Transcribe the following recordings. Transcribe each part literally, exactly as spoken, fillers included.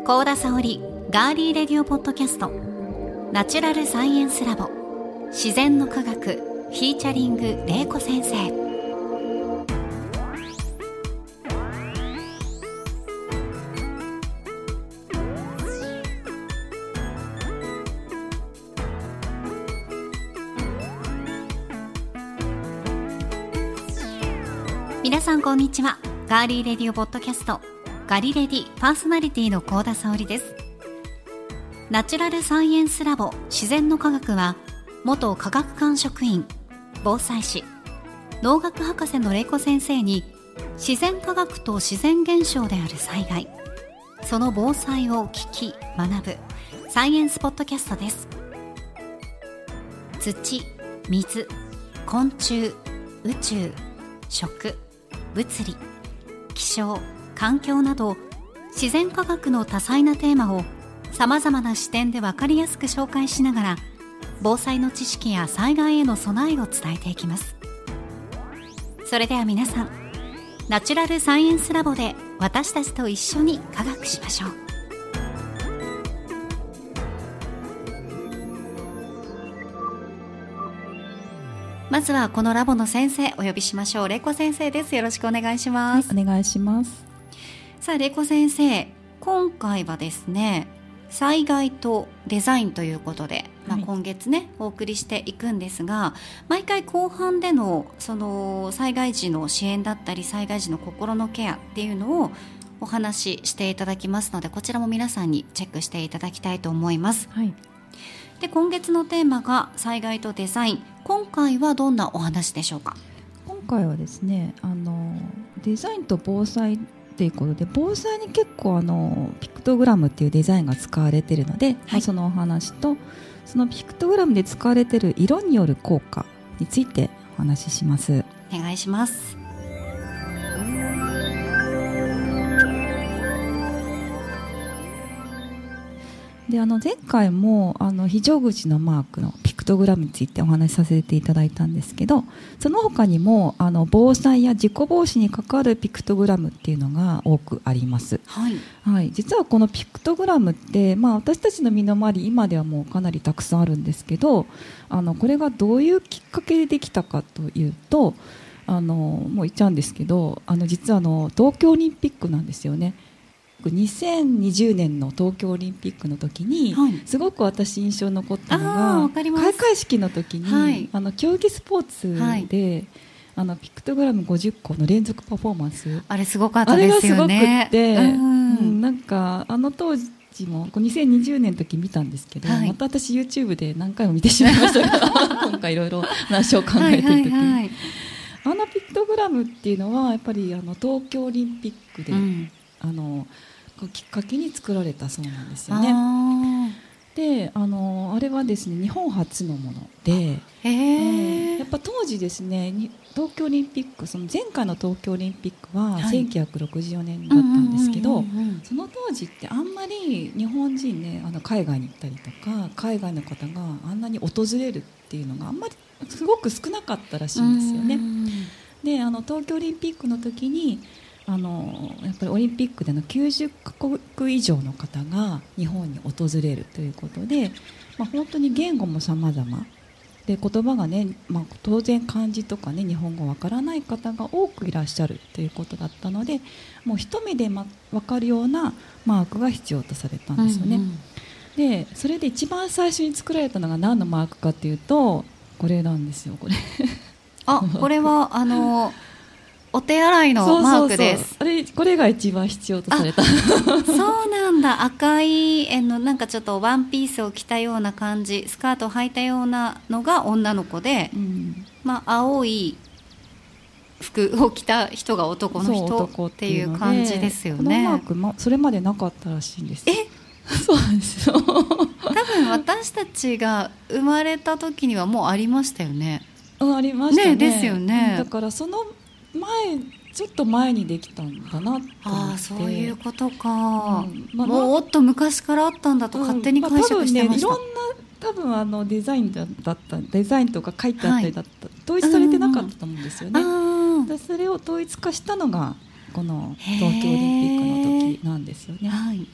幸田沙織ガーリーレディオポッドキャスト、ナチュラルサイエンスラボ、自然の科学フィーチャリング玲子先生。皆さんこんにちは。ガーリーレディオポッドキャストガリレディパーソナリティの幸田沙織です。ナチュラルサイエンスラボ自然の科学は、元科学館職員、防災士、農学博士の玲子先生に、自然科学と自然現象である災害、その防災を聞き学ぶサイエンスポッドキャストです。土、水、昆虫、宇宙、食、物理、気象、環境など自然科学の多彩なテーマをさまざまな視点で分かりやすく紹介しながら、防災の知識や災害への備えを伝えていきます。それでは皆さん、ナチュラルサイエンスラボで私たちと一緒に科学しましょう。まずはこのラボの先生お呼びしましょう。玲子先生です。よろしくお願いします。 はい、お願いします。 さあ玲子先生、今回はですね、災害とデザインということで、まあ、今月ね、はい、お送りしていくんですが、毎回後半でのその災害時の支援だったり災害時の心のケアっていうのをお話ししていただきますので、こちらも皆さんにチェックしていただきたいと思います。 はい、 で今月のテーマが災害とデザイン。今回はどんなお話でしょうか？ 今回はですね、あのデザインと防災ということで、防災に結構あのピクトグラムっていうデザインが使われているので、はい、まあ、そのお話とそのピクトグラムで使われている色による効果についてお話しします。 お願いします。 であの前回もあの非常口のマークのピクトグラムについてお話しさせていただいたんですけど、その他にもあの防災や事故防止に関わるピクトグラムっていうのが多くあります。 はい、 はい、実はこのピクトグラムって、まあ、私たちの身の回り今ではもうかなりたくさんあるんですけど、あのこれがどういうきっかけでできたかというと、あのもう言っちゃうんですけど、あの実はあの東京オリンピックなんですよね。にせんにじゅうねんの東京オリンピックの時に、はい、すごく私印象に残ったのが、開会式の時に、はい、あの競技スポーツで、はい、あのピクトグラムごじゅっこの連続パフォーマンス、 あれすごかったですよね。 あれがすごくって、 うんうん、なんかあの当時もにせんにじゅうねんの時見たんですけど、はい、また私 YouTube で何回も見てしまいましたが今回いろいろ話を考えている時に、はいはいはい、あのピクトグラムっていうのはやっぱりあの東京オリンピックで、うん、あのきっかけに作られたそうなんですよね。あで あ, のあれはですね、日本初のもので、 へー、 うん、やっぱ当時ですね、東京オリンピック、その前回の東京オリンピックはせんきゅうひゃくろくじゅうよねんだったんですけど、その当時ってあんまり日本人ね、あの海外に行ったりとか海外の方があんなに訪れるっていうのがあんまりすごく少なかったらしいんですよね。であの東京オリンピックの時にあのやっぱりオリンピックでのきゅうじゅっかこく以上の方が日本に訪れるということで、まあ、本当に言語も様々で、言葉がね、まあ、当然漢字とかね日本語わからない方が多くいらっしゃるということだったので、もう一目で、ま、分かるようなマークが必要とされたんですよね。うんうん、でそれで一番最初に作られたのが何のマークかというと、これなんですよ。これあ、これはあのお手洗いのマークです。 そうそうそう、あれこれが一番必要とされた。 そうなんだ。赤いえのなんかちょっとワンピースを着たような感じ、スカートを履いたようなのが女の子で、うん、まあ、青い服を着た人が男の人っていう感じですよね。 このマーク、ま、それまでなかったらしいんです。 えそうなんですよ。多分私たちが生まれた時にはもうありましたよね。 うん、ありましたね。 ね、ですよね。 だからその前ちょっと前にできたんだなと思って。 ああ、そういうことか。うん、まあ、もっと昔からあったんだと勝手に解釈してました。 うん、まあ、多分ね、いろんな多分あのデザインだったデザインとか書いてあったりだった、はい、統一されてなかったと思うんですよね。でそれを統一化したのがこの東京オリンピックの時なんですよね。 はい、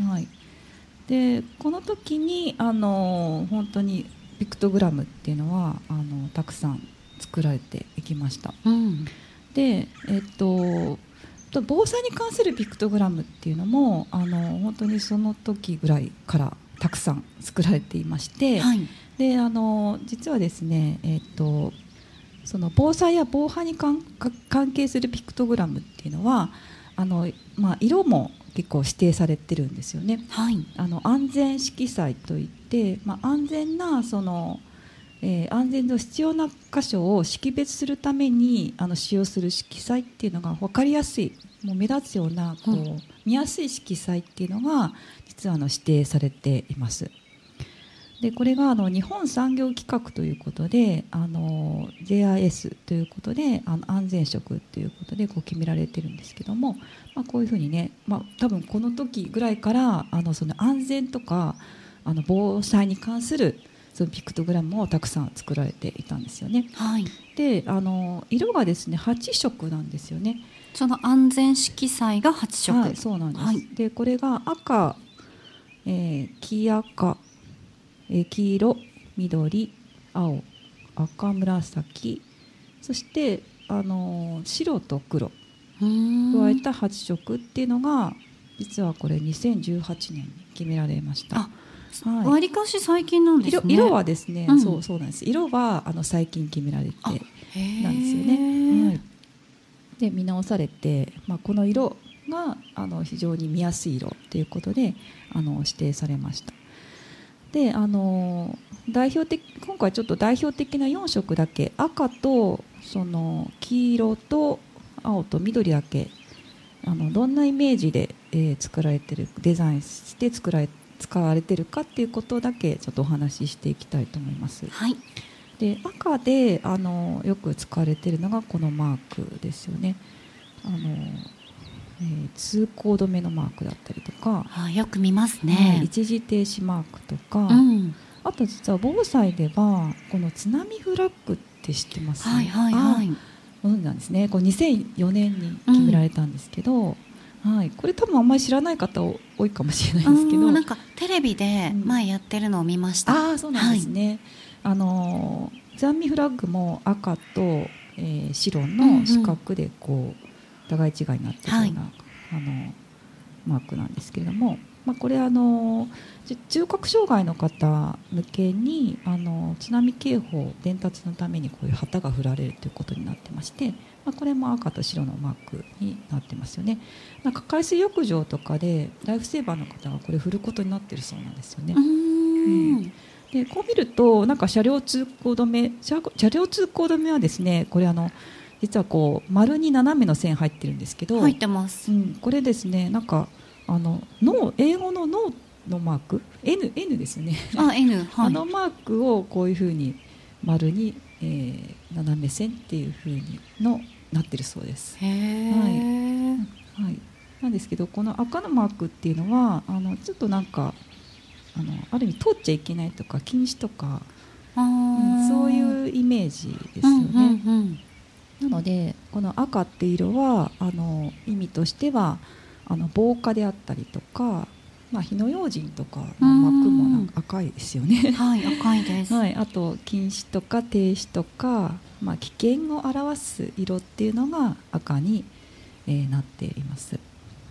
はい、でこの時にあの本当にピクトグラムっていうのはあのたくさん作られていきました、うん、で、えっと、防災に関するピクトグラムっていうのもあの本当にその時ぐらいからたくさん作られていまして、はい、であの実はですね、えっと、その防災や防犯に関係するピクトグラムっていうのはあの、まあ、色も結構指定されてるんですよね、はい、あの安全色彩といって、まあ、安全なその、えー、安全の必要な箇所を識別するためにあの使用する色彩っていうのが分かりやすい、もう目立つようなこう、うん、見やすい色彩っていうのが実はあの指定されています。でこれがあの日本産業規格ということであの ジェイアイエス ということであの安全色ということでこう決められてるんですけども、まあ、こういうふうにね、まあ、多分この時ぐらいからあのその安全とかあの防災に関するそのピクトグラムをたくさん作られていたんですよね、はい、であの色がですねはち色なんですよね。 その安全色彩がはち色、 はい、そうなんです、はい、でこれが赤、えー、黄赤、えー、黄色、緑、青、赤、紫、そしてあのー、白と黒加えたはち色っていうのが実はこれにせんじゅうはちねんに決められました。 あ、はい、割かし最近なんですね。 色, 色はですね、うん、そうそうなんです。色はあの最近決められてなんですよね、はい、で見直されて、まあ、この色があの非常に見やすい色ということであの指定されました。であの代表的今回ちょっと代表的なよん色だけ赤とその黄色と青と緑だけあのどんなイメージで、えー、作られてるデザインして作られ使われてるかっていうことだけちょっとお話ししていきたいと思います、はい、で赤であのよく使われているのがこのマークですよね。あの、えー、通行止めのマークだったりとか、 あ、よく見ますね、 はい、一時停止マークとか、うん、あと実は防災ではこの津波フラッグって知ってます？はいはいはい、ご存知なんですね。これにせんよねんに決められたんですけど、うん、はい、これ多分あんまり知らない方多いかもしれないですけど、 なんかテレビで前やってるのを見ました、 うん、ああそうなんですね、はい、あの津波フラッグも赤と、えー、白の四角でこう、うんうん、互い違いになっているような、はい、あのマークなんですけれども、まあ、これあの重覚障害の方向けにあの津波警報伝達のためにこういう旗が振られるということになってまして、まあ、これも赤と白のマークになってますよね。なんか海水浴場とかでライフセーバーの方がこれ振ることになってるそうなんですよね。うーん、うん、でこう見るとなんか車両通行止め車両通行止めはですね、これあの実はこう丸に斜めの線入ってるんですけど、 入ってます、 うん、これですね、なんかあのノー英語のノーのマーク N, N ですね。 あ、N、はい、 あのマークをこういうふうに丸に、えー、斜め線っていうふうにのなってるそうです。へー、はいはい、なんですけどこの赤のマークっていうのはあのちょっとなんかあのある意味通っちゃいけないとか禁止とか、あ、うん、そういうイメージですよね、うんうんうん、なのでこの赤って色はあの意味としてはあの防火であったりとか、まあ、火の用心とかの幕もなんか赤いですよね。 はい、赤いです、 はい、あと禁止とか停止とか、まあ、危険を表す色っていうのが赤に、えー、なっています。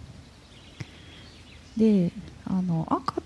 であの赤って、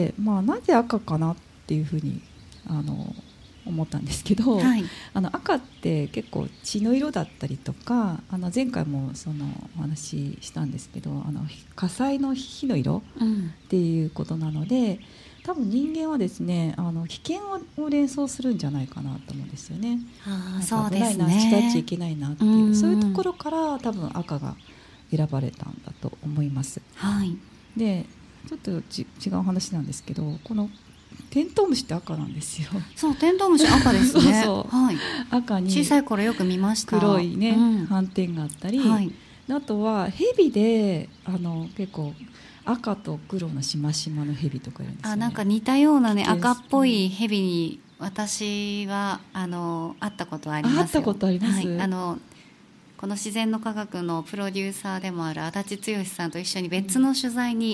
まあ、なぜ赤かなっていうふうにあの思ったんですけど、はい、あの赤って結構血の色だったりとか、あの前回もそのお話ししたんですけど、あの火災の火の色っていうことなので、うん、多分人間はですねあの危険を連想するんじゃないかなと思うんですよね。 あ、そうですね、 危ないな、近寄っちゃいけないなっていう、うん、そういうところから多分赤が選ばれたんだと思います、はい、でちょっとち違う話なんですけど、このテントウムシって赤なんですよ。 そう、テントウムシ赤ですね。 そうそう、はい、赤に小さい頃よく見ました。 黒いね、うん、斑点があったり、はい、あとはヘビであの結構赤と黒のしましまのヘビとかいるんですよね。 あ、なんか似たようなね赤っぽいヘビに私はあの会ったことありますよ。 会ったことあります、 はい、あのこの自然の科学のプロデューサーでもある足立剛さんと一緒に別の取材に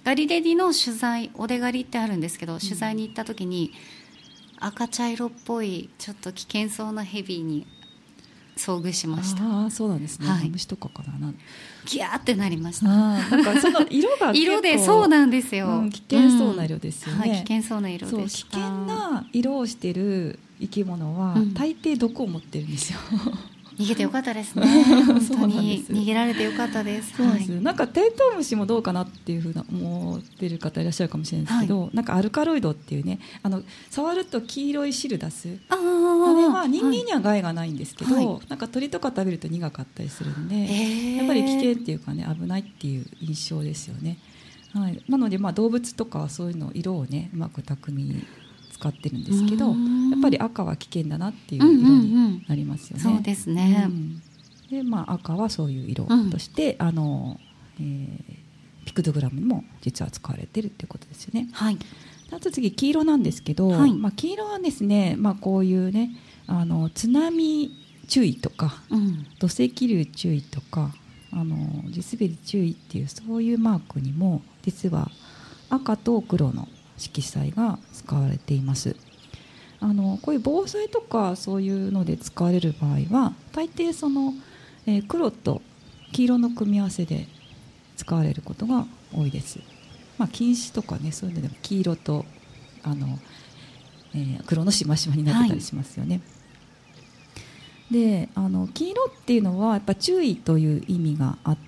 ガリレディの取材、お出狩りってあるんですけど、取材に行った時に、うん、赤茶色っぽいちょっと危険そうなヘビに遭遇しました。 ああ、そうなんですね。はい、虫とかかな。 ギャーってなりました。 あ、なんかその色が結構色で、そうなんですよ、 うん、危険そうな色ですよね、 うん、はい、危険そうな色でした。 そう、危険な色をしてる生き物は、うん、大抵毒を持ってるんですよ。 逃げてよかったですね。本当に逃げられてよかったです。 そうです、はい、なんかテントウムシもどうかなっていうふうな思ってる方いらっしゃるかもしれないですけど、はい、なんかアルカロイドっていうね、あの触ると黄色い汁出す、あ, あれは人間には害がないんですけど、はい、なんか鳥とか食べると苦かったりするんで、やっぱり危険っていうかね、危ないっていう印象ですよね。はい、なのでまあ動物とかはそういうの色をねうまく巧みに使ってるんですけど、やっぱり赤は危険だなっていう色になりますよね。 うんうんうん、そうですね、 うん、で、まあ、赤はそういう色として、うん、あのえー、ピクトグラムにも実は使われてるっていうことですよね。 はい、 あと次黄色なんですけど、はい、まあ、黄色はですね、まあ、こういうねあの津波注意とか、うん、土石流注意とかあの地滑り注意っていうそういうマークにも実は赤と黒の色彩が使われています。あのこういう防災とかそういうので使われる場合は大抵その、えー、黒と黄色の組み合わせで使われることが多いです。まあ、禁止とかね、そういうのでも黄色とあの、えー、黒のしましまになってたりしますよね。はい、であの黄色っていうのはやっぱ注意という意味があって、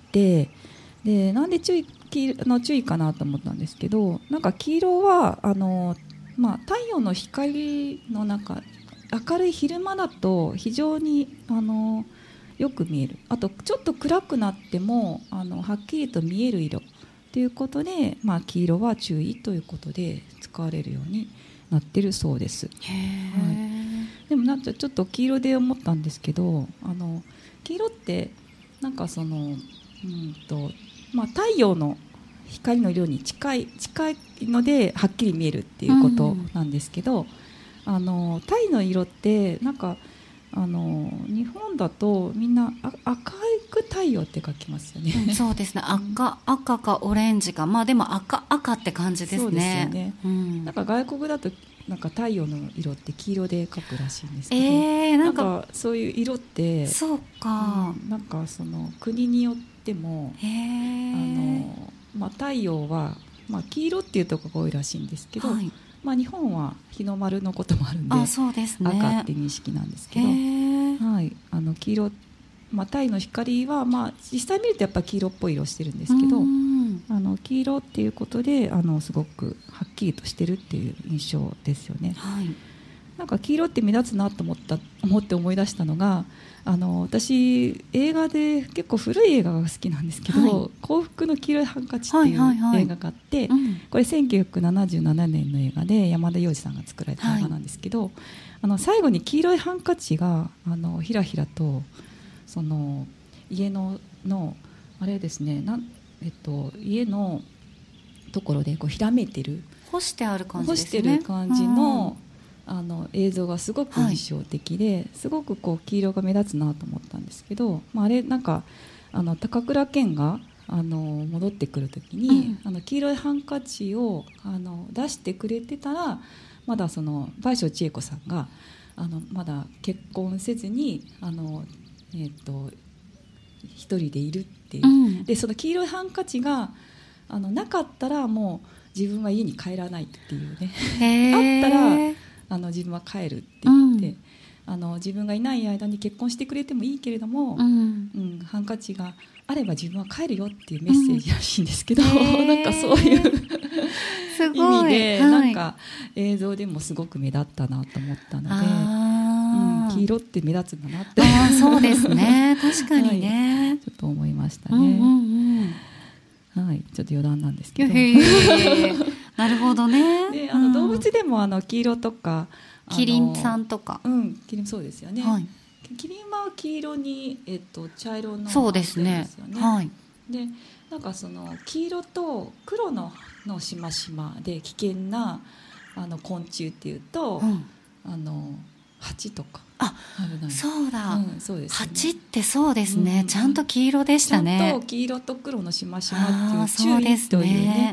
でなんで注意の注意かなと思ったんですけど、なんか黄色はあの、まあ、太陽の光の中、明るい昼間だと非常にあのよく見える、あとちょっと暗くなってもあのはっきりと見える色ということで、まあ、黄色は注意ということで使われるようになってるそうです。 へー、 はい、でもなんかちょっと黄色で思ったんですけど、あの黄色ってなんかそのうんとまあ、太陽の光の色に近い、近いのではっきり見えるっていうことなんですけど、うん、あの太陽の色ってなんかあの日本だとみんな赤く太陽って書きますよね。 うん、そうですね、赤、赤かオレンジか、まあでも赤、赤って感じですね。 そうですよね、 うん、 なんか外国だとなんか太陽の色って黄色で書くらしいんですけど、 えー、なんか、 なんかそういう色ってそうか、 うん、なんかその国によってもあの、まあ、太陽は、まあ、黄色っていうところが多いらしいんですけど、はい、まあ、日本は日の丸のこともあるんで、 あ、そうですね、 赤って認識なんですけど、はい、あの黄色、まあ、太陽の光は、まあ、実際見るとやっぱり黄色っぽい色してるんですけど、あの黄色っていうことであのすごくはっきりとしてるっていう印象ですよね。 はい、 なんか黄色って目立つなと思った思って思い出したのが、あの私映画で結構古い映画が好きなんですけど、はい、幸福の黄色いハンカチっていう映画があって、はいはいはい、うん、これせんきゅうひゃくななじゅうななねんの映画で山田洋次さんが作られた映画なんですけど、はい、あの最後に黄色いハンカチがあのひらひらとその家ののあれですね、なん、えっと、家のところでこうひらめいてる、 干してある感じですね。 干してる感じの、うん、あの映像がすごく印象的で、はい、すごくこう黄色が目立つなと思ったんですけど、まあ、あれなんかあの高倉健があの戻ってくるときに、うん、あの黄色いハンカチをあの出してくれてたら、まだその倍賞千恵子さんがあのまだ結婚せずにあの、えー、と一人でいるっていう、うん、でその黄色いハンカチがあのなかったらもう自分は家に帰らないっていうね、あったらあの自分は帰るって言って、うん、あの自分がいない間に結婚してくれてもいいけれども、うんうん、ハンカチがあれば自分は帰るよっていうメッセージらしいんですけど、うん、なんかそういう意味で、はい、なんか映像でもすごく目立ったなと思ったので、うん、黄色って目立つんだなって、 あ、そうですね、確かにね、 はい、ちょっと思いましたね、 うんうんうん、 はい、ちょっと余談なんですけどなるほどね。 であの動物でもあの黄色とか、 キリンさんとか、 うん、キリンそうですよね、はい、キリンは黄色に、えっと、茶色のそうですね、はい、でなんかその黄色と黒ののしましまで危険なあの昆虫っていうと、うん、あの蜂とか、 あ、そうだ、 うん、そうですね、 蜂ってそうですね、うん、ちゃんと黄色でしたね。 ちゃんと黄色と黒のしましまっていう注意というね、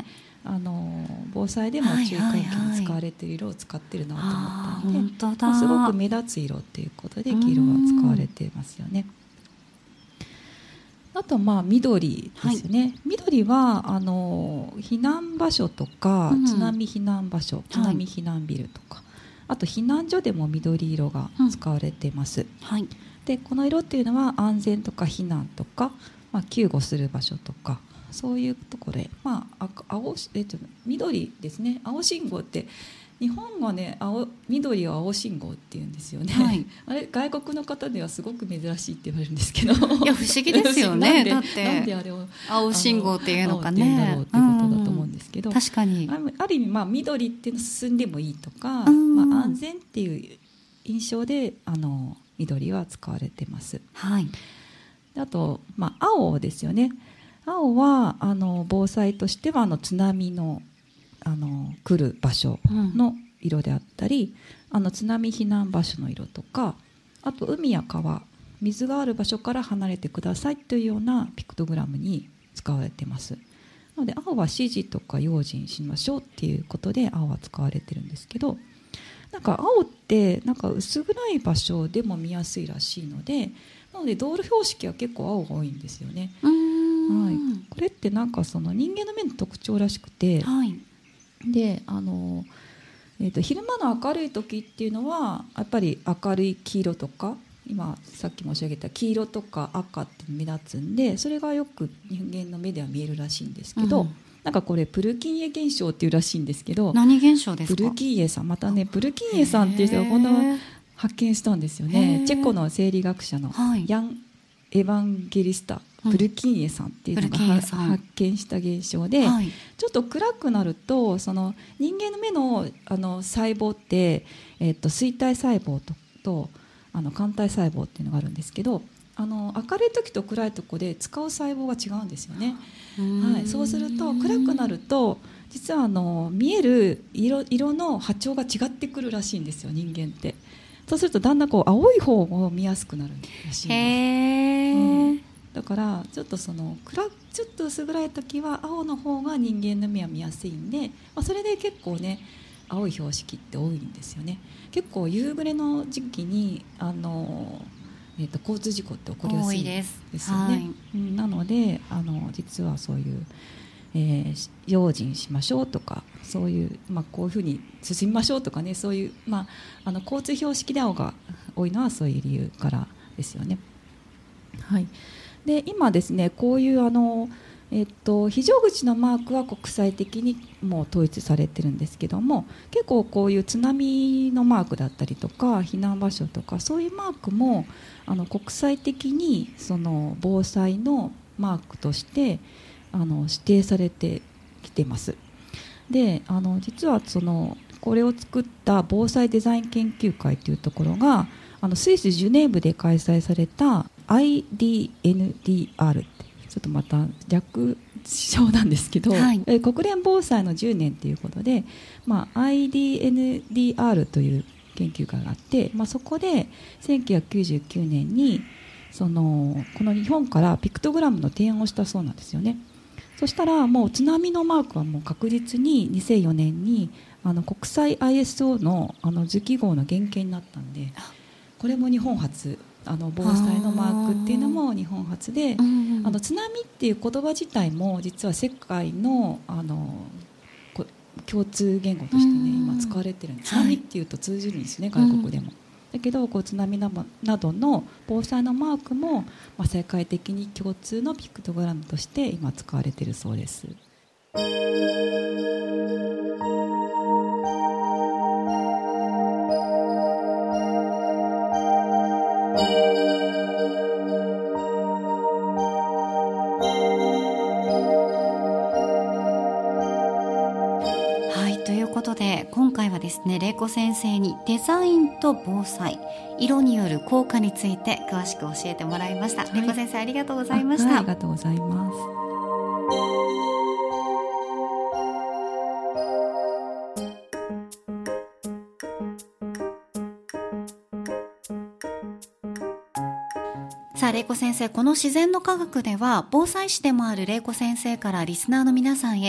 あの防災でも注意喚起に使われている色を使ってるなと思ったので、 本当だ、 まあ、すごく目立つ色っていうことで黄色は使われてますよね。あとまあ緑ですよね、はい、緑はあの避難場所とか、うん、津波避難場所、津波避難ビルとか、はい、あと避難所でも緑色が使われています、うん、はい、でこの色っていうのは安全とか避難とか、まあ、救護する場所とかそういうところで、まあ、青えっと、緑ですね。青信号って日本はね、青緑を青信号って言うんですよね、はい、あれ外国の方ではすごく珍しいって言われるんですけど、いや不思議ですよねなんでだってなんであれを青信号っていうのかね、 青って言うんだろうっていうことだと思うんですけど、 うんうん、確かにあ, ある意味、まあ、緑っていうの進んでもいいとか、まあ、安全っていう印象であの緑は使われてます、はい、あと、まあ、青ですよね。青はあの防災としてはあの津波のあの来る場所の色であったり、うん、あの津波避難場所の色とか、あと海や川、水がある場所から離れてくださいというようなピクトグラムに使われています。なので青は指示とか用心しましょうっていうことで青は使われてるんですけど、なんか青ってなんか薄暗い場所でも見やすいらしいので、なので道路標識は結構青が多いんですよね。うーん、はい、これってなんかその人間の目の特徴らしくて、はい、であの、えーと、昼間の明るい時っていうのはやっぱり明るい黄色とか、今さっき申し上げた黄色とか赤って目立つんで、それがよく人間の目では見えるらしいんですけど、うん、なんかこれプルキンエ現象っていうらしいんですけど、 何現象ですか？ プルキンエさん、またねプルキンエさんっていう人がこんな発見したんですよね。チェコの生理学者のヤン・エヴァンゲリスタ、うん、プルキンエさんっていうのが発見した現象で、はい、ちょっと暗くなるとその人間の目 の, あの細胞って、えっと、錐体細胞 と, とあの肝体細胞っていうのがあるんですけど、あの明るい時と暗いとこで使う細胞が違うんですよね。はい、そうすると暗くなると実はあの見える 色, 色の波長が違ってくるらしいんですよ、人間って。そうするとだんだんこう青い方を見やすくなるらしいんです。へー、うん、だからちょっとその暗ちょっと薄暗い時は青の方が人間の目は見やすいんで、まあ、それで結構ね青い標識って多いんですよね。結構夕暮れの時期にあの、えー、と交通事故って起こりやすいんですよね。はい、うん、なのであの実はそういう、えー、用心しましょうとか、そういう、まあ、こういうふうに進みましょうとかね、そういう、まあ、あの交通標識で青が多いのはそういう理由からですよね。はい、で今ですねこういうあの、えっと、非常口のマークは国際的にもう統一されてるんですけども、結構こういう津波のマークだったりとか避難場所とかそういうマークもあの国際的にその防災のマークとしてあの指定されてきています。であの実はそのこれを作った防災デザイン研究会というところがあのスイスジュネーブで開催された アイディーエヌディーアール ってちょっとまた略称なんですけど、はい、え国連防災のじゅうねんということで、まあ、アイディーエヌディーアール という研究会があって、まあ、そこでせんきゅうひゃくきゅうじゅうきゅうねんにそのこの日本からピクトグラムの提案をしたそうなんですよね。そしたらもう津波のマークはもう確実ににせんよねんにあの国際 アイエスオー の, あの図記号の原型になったんで、これも日本初、あの防災のマークっていうのも日本初で、あの津波っていう言葉自体も実は世界 の, あの共通言語としてね今使われてるんです。津波っていうと通じるんですね、外国でも。だけどこう津波などの防災のマークも、まあ、世界的に共通のピクトグラムとして今使われているそうです。 今回はですね、玲子先生にデザインと防災、色による効果について詳しく教えてもらいました。玲子、はい、先生ありがとうございました。 あ、はい、ありがとうございます。 さあ玲子先生、この自然の科学では防災士でもある玲子先生からリスナーの皆さんへ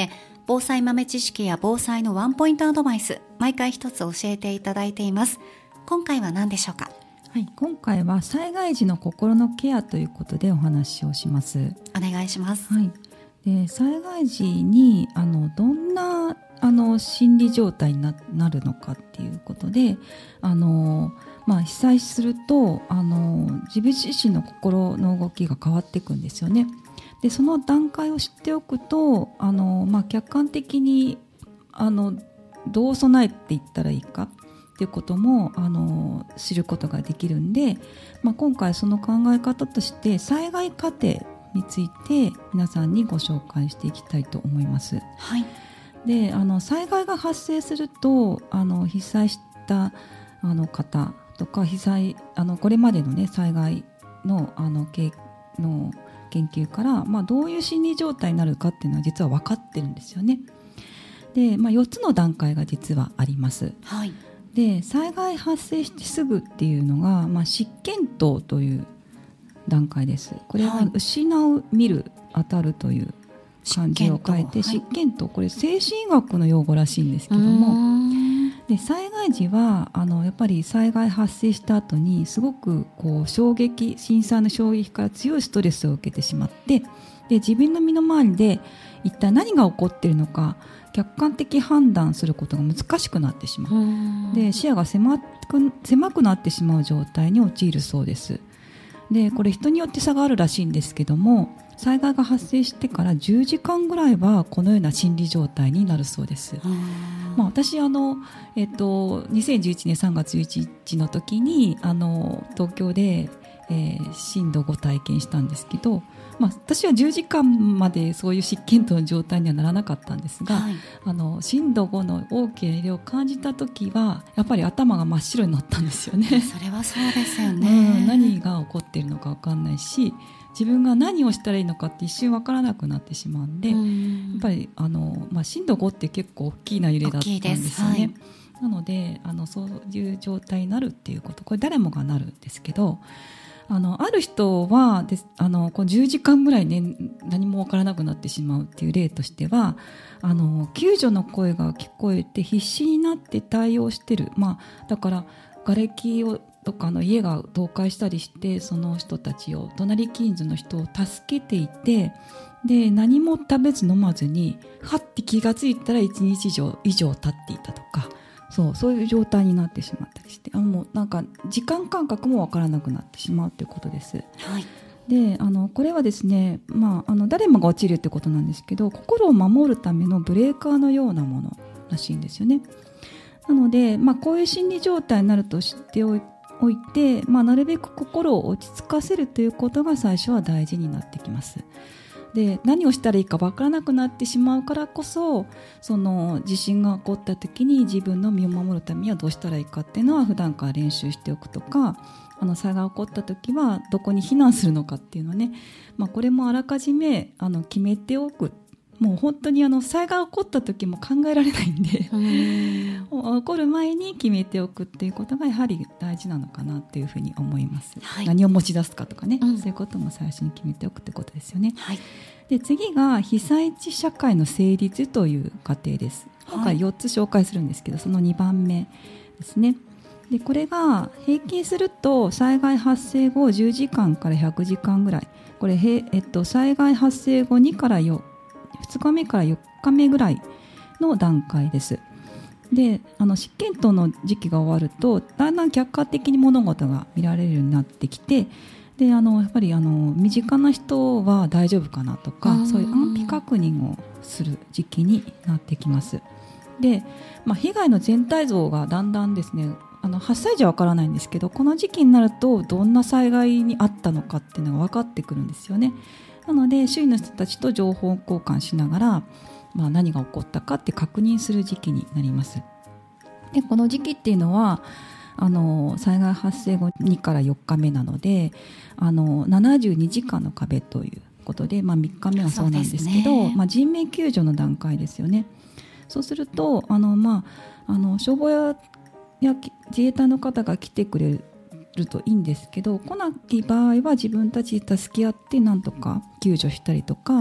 防災豆知識や防災のワンポイントアドバイス、毎回一つ教えていただいています。今回は何でしょうか？ はい、今回は災害時の心のケアということでお話をします。 お願いします。 はい、で災害時にあのどんなあの心理状態に な, なるのかっていうことで、あの、まあ、被災するとあの自分自身の心の動きが変わっていくんですよね。でその段階を知っておくとあの、まあ、客観的にあのどう備えていったらいいかっていうこともあの知ることができるんで、まあ、今回その考え方として災害過程について皆さんにご紹介していきたいと思います。 はい、であの災害が発生するとあの被災したあの方とか被災あのこれまでの、ね、災害 の, あの経の研究から、まあ、どういう心理状態になるかっていうのは実は分かってるんですよね。で、まあ、よっつの段階が実はあります。 はい、 で災害発生してすぐっていうのが、まあ、失見等という段階です。これは失う、見る、当たるという漢字を書いて失見等、これ精神医学の用語らしいんですけども、で災害時はあのやっぱり災害発生した後にすごくこう衝撃震災の衝撃から強いストレスを受けてしまって、で自分の身の回りで一体何が起こっているのか客観的判断することが難しくなってしまう。で視野が狭く、狭くなってしまう状態に陥るそうです。でこれ人によって差があるらしいんですけども、災害が発生してからじゅうじかんぐらいはこのような心理状態になるそうです。まあ、私あの、えっと、にせんじゅういちねんさんがつじゅういちにちの時にあの東京で、えー、震度ご体験したんですけど、まあ、私はじゅうじかんまでそういう失見等の状態にはならなかったんですが、はい、あの震度ごの大きな揺れを感じた時はやっぱり頭が真っ白になったんですよね。 それはそうですよね、 うん、何が起こっているのか分かんないし、自分が何をしたらいいのかって一瞬分からなくなってしまうんで、うん、やっぱりあの、まあ、震度ごって結構大きな揺れだったんですよね。はい、なのであのそういう状態になるっていうこと、これ誰もがなるんですけど、あのある人はであのこうじゅうじかんぐらい、ね、何も分からなくなってしまうっていう例としては、あの救助の声が聞こえて必死になって対応してる、まあ、だから瓦礫をとかの家が倒壊したりして、その人たちを隣近所の人を助けていて、で何も食べず飲まずにはって気がついたらいちにち以上、以上経っていたとか、そう、そういう状態になってしまったりして、あもうなんか時間感覚もわからなくなってしまうということです。 はい、 であのこれはですね、まあ、あの誰もが落ちるってことなんですけど、心を守るためのブレーカーのようなものらしいんですよね。なので、まあ、こういう心理状態になると知っておいておいて、まあ、なるべく心を落ち着かせるということが最初は大事になってきます。で何をしたらいいか分からなくなってしまうからこそ、その地震が起こった時に自分の身を守るためにはどうしたらいいかっていうのは普段から練習しておくとか、あの災害が起こった時はどこに避難するのかっていうのはね、まあ、これもあらかじめあの決めておく。もう本当にあの災害が起こった時も考えられないんで起こる前に決めておくっていうことがやはり大事なのかなっていうふうに思います。はい、何を持ち出すかとかね、うん、そういうことも最初に決めておくってことですよね。はい、で次が被災地社会の成立という過程です。今回よっつ紹介するんですけど、そのにばんめですね。でこれが平均すると災害発生後じゅうじかんからひゃくじかんぐらい、これ、えっと、災害発生後にからよふつかめからよっかめぐらいの段階です。であの失見等の時期が終わるとだんだん客観的に物事が見られるようになってきて、であのやっぱりあの身近な人は大丈夫かなとか、そういう安否確認をする時期になってきます。で、まあ、被害の全体像がだんだんですね、あの発災時は分からないんですけど、この時期になるとどんな災害にあったのかっていうのが分かってくるんですよね。なので周囲の人たちと情報交換しながら、まあ、何が起こったかって確認する時期になります。でこの時期っていうのはあの災害発生後にからよっかめなので、あのななじゅうにじかんの壁ということで、まあ、みっかめはそうなんですけど、まあ、人命救助の段階ですよね。そうするとあの、まあ、あの消防やや自衛隊の方が来てくれるといいんですけど、来ない場合は自分たちで助け合ってなんとか救助したりとか、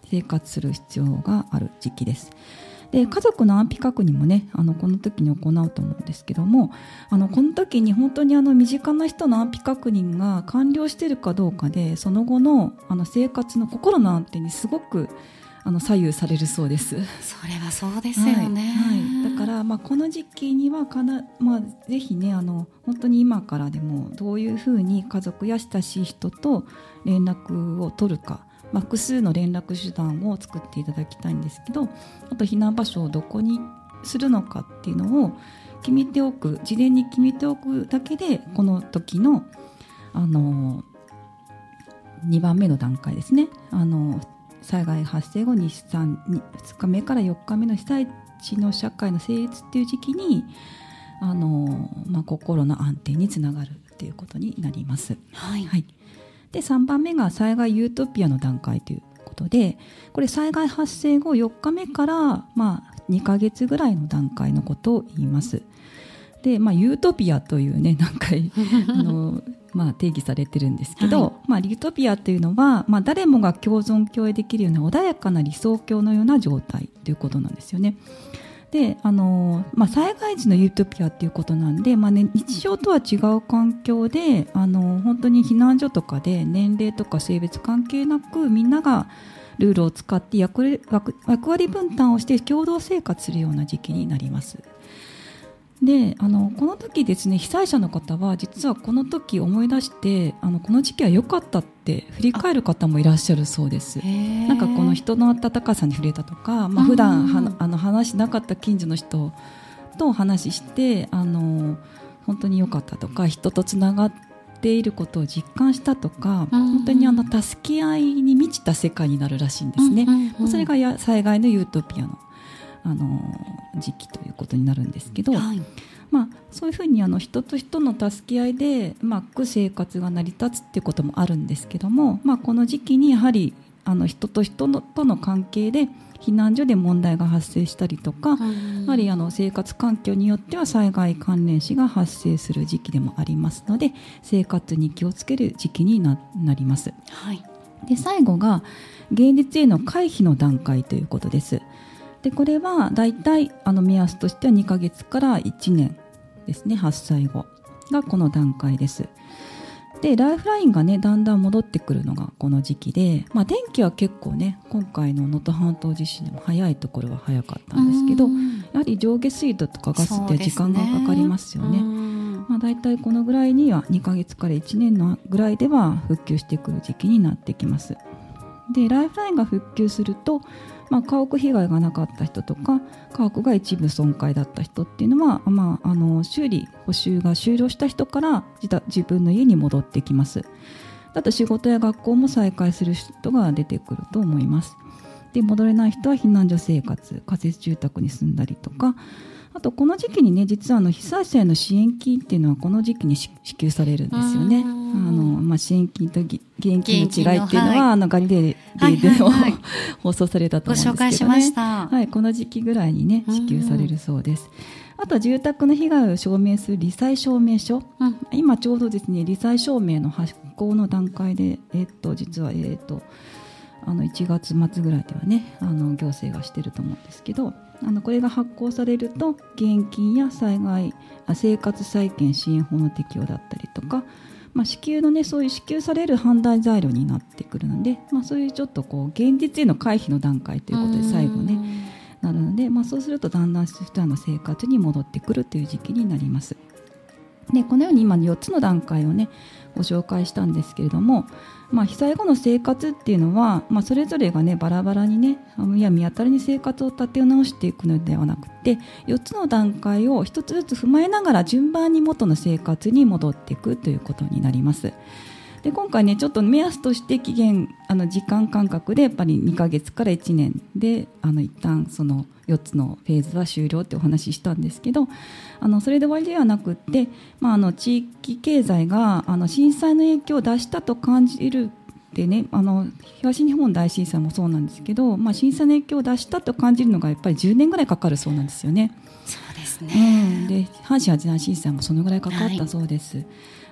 生活する必要がある時期です。で家族の安否確認もねあのこの時に行うと思うんですけども、あのこの時に本当にあの身近な人の安否確認が完了しているかどうかで、その後のあの生活の心の安定にすごくあの左右されるそうです。 それはそうですよね、 はいはい、だから、まあ、この時期にはかな、まあ、ぜひねあの本当に今からでもどういうふうに家族や親しい人と連絡を取るか、まあ、複数の連絡手段を作っていただきたいんですけど、あと避難場所をどこにするのかっていうのを決めておく、事前に決めておくだけでこの時の、あのにばんめの段階ですね、あの災害発生後にふつかめからよっかめの被災地の社会の成立っていう時期にあの、まあ、心の安定につながるっていうことになります。 はいはい、でさんばんめが災害ユートピアの段階ということで、これ災害発生後よっかめから、まあ、にかげつぐらいの段階のことを言います。で、まあ、ユートピアというね段階あのまあ、定義されてるんですけど、はいまあ、ユートピアというのは、まあ、誰もが共存共栄できるような穏やかな理想郷のような状態ということなんですよね。であの、まあ、災害時のユートピアということなんで、まあね、日常とは違う環境であの本当に避難所とかで年齢とか性別関係なくみんながルールを使って役割、役割分担をして共同生活するような時期になります。であのこの時ですね、被災者の方は実はこの時思い出してあのこの時期は良かったって振り返る方もいらっしゃるそうです。なんかこの人の温かさに触れたとか、まあ、普段はあの話しなかった近所の人と話してあの本当に良かったとか、人とつながっていることを実感したとか、本当にあの助け合いに満ちた世界になるらしいんですね。それがや災害のユートピアのあの時期ということになるんですけど、はいまあ、そういうふうにあの人と人の助け合いで、まあ、く生活が成り立つっていうこともあるんですけども、まあ、この時期にやはりあの人と人のとの関係で避難所で問題が発生したりとか、やはりあの生活環境によっては災害関連死が発生する時期でもありますので、生活に気をつける時期に な, なります、はい、で最後が現実への回避の段階ということです。でこれはだいたいあの目安としてはにかげつからいちねんですね。発災後がこの段階です。でライフラインがねだんだん戻ってくるのがこの時期で、まあ、電気は結構ね今回の能登半島地震でも早いところは早かったんですけど、やはり上下水道とかガスって時間がかかりますよね。まあ、だいたいこのぐらいにはにかげつからいちねんのぐらいでは復旧してくる時期になってきます。でライフラインが復旧すると、まあ、家屋被害がなかった人とか家屋が一部損壊だった人っていうのは、まあ、あの修理補修が終了した人から自, 自分の家に戻ってきます。あと仕事や学校も再開する人が出てくると思います。で戻れない人は避難所生活、仮設住宅に住んだりとか、あとこの時期にね実はあの被災者への支援金っていうのはこの時期に支給されるんですよね。あの、まあ、支援金と現金の違いっていうのは、はい、あのガリレーでの、はいはいはい、放送されたと思うんですけどね。ご紹介しました、はい、この時期ぐらいにね支給されるそうです。あと住宅の被害を証明する罹災証明書、うん、今ちょうどですね罹災証明の発行の段階で、えー、っと実は、えー、っとあのいちがつまつぐらいではねあの行政がしてると思うんですけど、あのこれが発行されると現金や災害生活再建支援法の適用だったりとか、まあ、支給のねそういう支給される判断材料になってくるので、まあ、そういうちょっとこう現実への回避の段階ということで最後ねなるので、まあ、そうするとだんだん普段の生活に戻ってくるという時期になります。でこのように今のよっつの段階をねご紹介したんですけれども、まあ、被災後の生活っていうのは、まあ、それぞれがねバラバラにねむやみやたらに生活を立て直していくのではなくて、よっつの段階をひとつずつ踏まえながら順番に元の生活に戻っていくということになります。で今回ねちょっと目安として期限あの時間間隔でやっぱりにかげつからいちねんであの一旦そのよっつのフェーズは終了ってお話ししたんですけど、あのそれで終わりではなくって、まあ、あの地域経済があの震災の影響を出したと感じるでね、あの東日本大震災もそうなんですけど、まあ、震災の影響を出したと感じるのがやっぱりじゅうねんぐらいかかるそうなんですよね。 そうですね、 うん、で阪神・淡路大震災もそのぐらいかかったそうです、はい、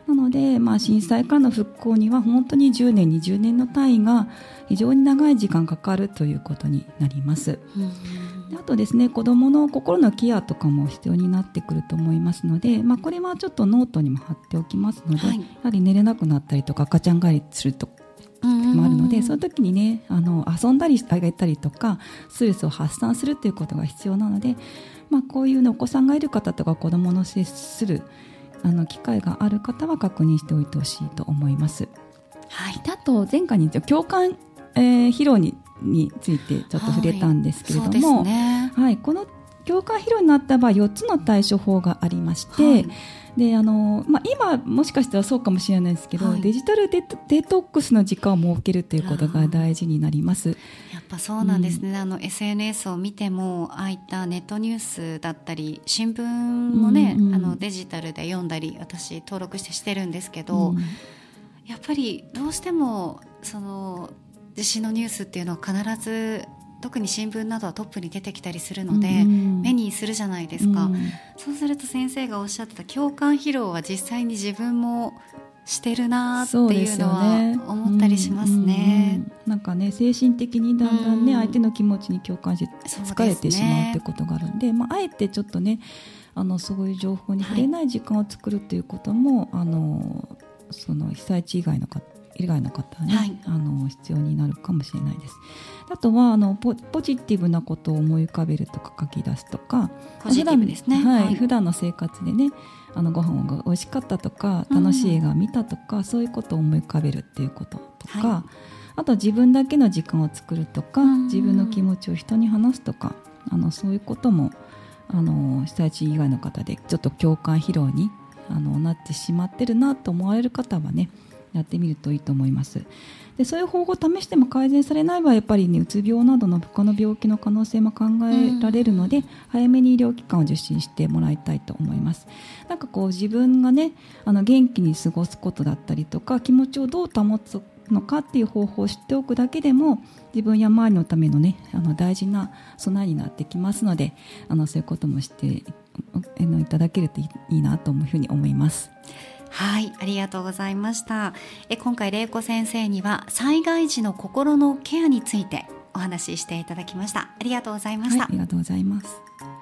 なので、まあ、震災からの復興には本当にじゅうねんにじゅうねんの単位が非常に長い時間かかるということになります。であとですね、子どもの心のケアとかも必要になってくると思いますので、まあ、これはちょっとノートにも貼っておきますので、はい、やはり寝れなくなったりとか赤ちゃん帰りするともあるので、その時にね、あの遊んだりあげたりとかストレスを発散するということが必要なので、まあ、こういう、ね、お子さんがいる方とか子どもの接するあの機会がある方は確認しておいてほしいと思います。はい、あと前回に共感、えー、疲労にについてちょっと触れたんですけれども、はい、そうですね。はい、この共感疲労になった場合よっつの対処法がありまして、はい、であのまあ、今もしかしたらそうかもしれないですけど、はい、デジタル デ, デトックスの時間を設けるということが大事になります。 やっぱそうなんですね、うん、あの エスエヌエス を見てもああいったネットニュースだったり新聞もね、うんうん、あのデジタルで読んだり私登録してしてるんですけど、うん、やっぱりどうしてもその地震のニュースっていうのは必ず特に新聞などはトップに出てきたりするので、うん、目にするじゃないですか、うん、そうすると先生がおっしゃってた共感疲労は実際に自分もしてるなっていうのは思ったりしますね。 うんうんうん、なんかね、精神的にだんだんね、うん、相手の気持ちに共感して疲れてしまうってことがあるんで、まあ、あえてちょっとね、あのそういう情報に触れない時間を作るということも、はい、あのその被災地以外の方以外の方はね、はい、あの必要になるかもしれないです。あとはあの ポ, ポジティブなことを思い浮かべるとか書き出すとか、 ポジティブですね、 普段、はいはい、普段の生活でね、あのご飯が美味しかったとか楽しい映画を見たとか、うん、そういうことを思い浮かべるっていうこととか、はい、あと自分だけの時間を作るとか、うん、自分の気持ちを人に話すとか、あのそういうこともあの被災地以外の方でちょっと共感疲労にあのなってしまってるなと思われる方はね、やってみるといいと思います。でそういう方法を試しても改善されない場合はやっぱり、ね、うつ病などの他の病気の可能性も考えられるので、うん、早めに医療機関を受診してもらいたいと思います。なんかこう自分がね、あの元気に過ごすことだったりとか気持ちをどう保つのかっていう方法を知っておくだけでも自分や周りのためのね、あの大事な備えになってきますので、あのそういうこともしていただけるといいなというふうに思います。 はい、ありがとうございました。え今回玲子先生には災害時の心のケアについてお話ししていただきました。ありがとうございました。はい、 ありがとうございます。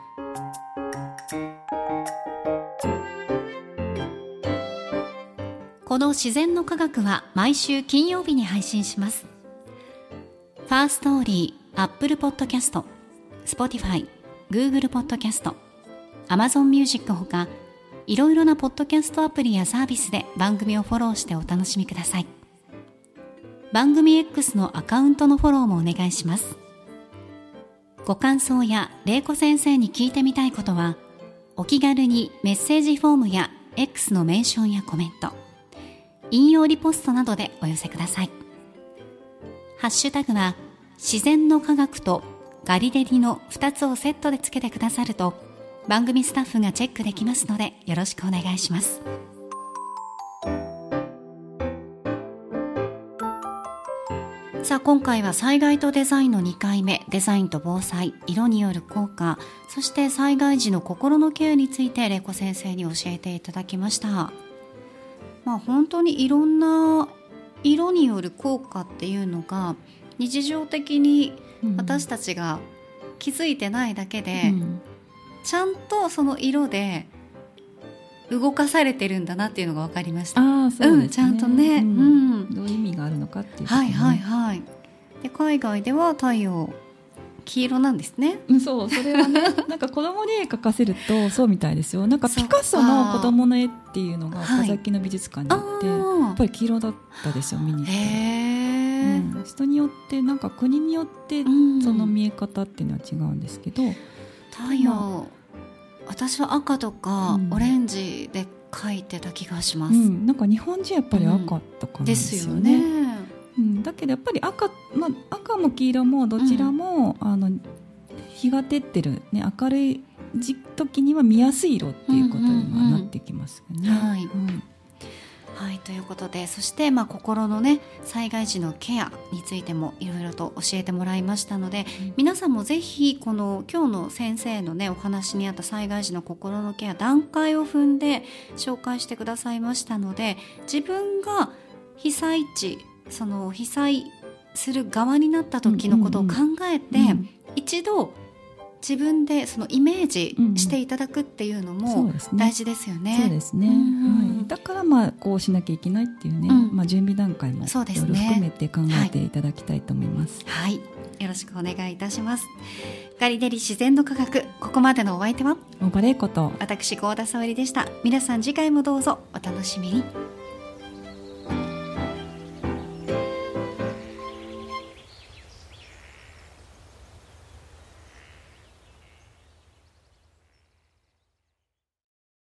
この自然の科学は毎週金曜日に配信します。ファーストーリー、Apple Podcast、Spotify、Google Podcast、Amazon Music ほかいろいろなポッドキャストアプリやサービスで番組をフォローしてお楽しみください。番組 X のアカウントのフォローもお願いします。ご感想や玲子先生に聞いてみたいことはお気軽にメッセージフォームや X のメンションやコメント、引用リポストなどでお寄せください。ハッシュタグは自然の科学とガリレディのふたつをセットでつけてくださると番組スタッフがチェックできますのでよろしくお願いします。さあ今回は災害とデザインのにかいめ、デザインと防災、色による効果、そして災害時の心のケアについて玲子先生に教えていただきました。まあ、本当にいろんな色による効果っていうのが日常的に私たちが気づいてないだけで、うん、ちゃんとその色で動かされてるんだなっていうのが分かりました。 あ、そうですね、うん、 ちゃんとね、うんうん、 どういう意味があるのかっていうこと、ね、 はいはいはい。で海外では太陽黄色なんですね。 そう、それはねなんか子供に絵描かせるとそうみたいですよ。なんかピカソの子供の絵っていうのが岡崎の美術館にあって、はい、やっぱり黄色だったですよ、見に行って。へー、うん、人によってなんか国によってその見え方っていうのは違うんですけど、うん、 太陽、まあ、私は赤とかオレンジで描いてた気がします、うん、 なんか日本人やっぱり赤とかなんですよね、うんですよね。 うん、だけどやっぱり 赤,、まあ、赤も黄色もどちらも、うん、あの日が照ってる、ね、明るい時には見やすい色っていうことにはなってきますよね。 はい、うん、 はい、ということで、そして、まあ、心のね災害時のケアについてもいろいろと教えてもらいましたので、うん、皆さんもぜひこの今日の先生のねお話にあった災害時の心のケア段階を踏んで紹介してくださいましたので、自分が被災地、その被災する側になった時のことを考えて、うんうんうん、一度自分でそのイメージしていただくっていうのも大事ですよね。 そうですね、はい、だからまあこうしなきゃいけないっていうね、うんまあ、準備段階もいろいろ含めて考えていただきたいと思います。 はい、はい、よろしくお願いいたします。ガリデリ自然の科学、ここまでのお相手は大場玲子と私合田沙織でした。皆さん次回もどうぞお楽しみに。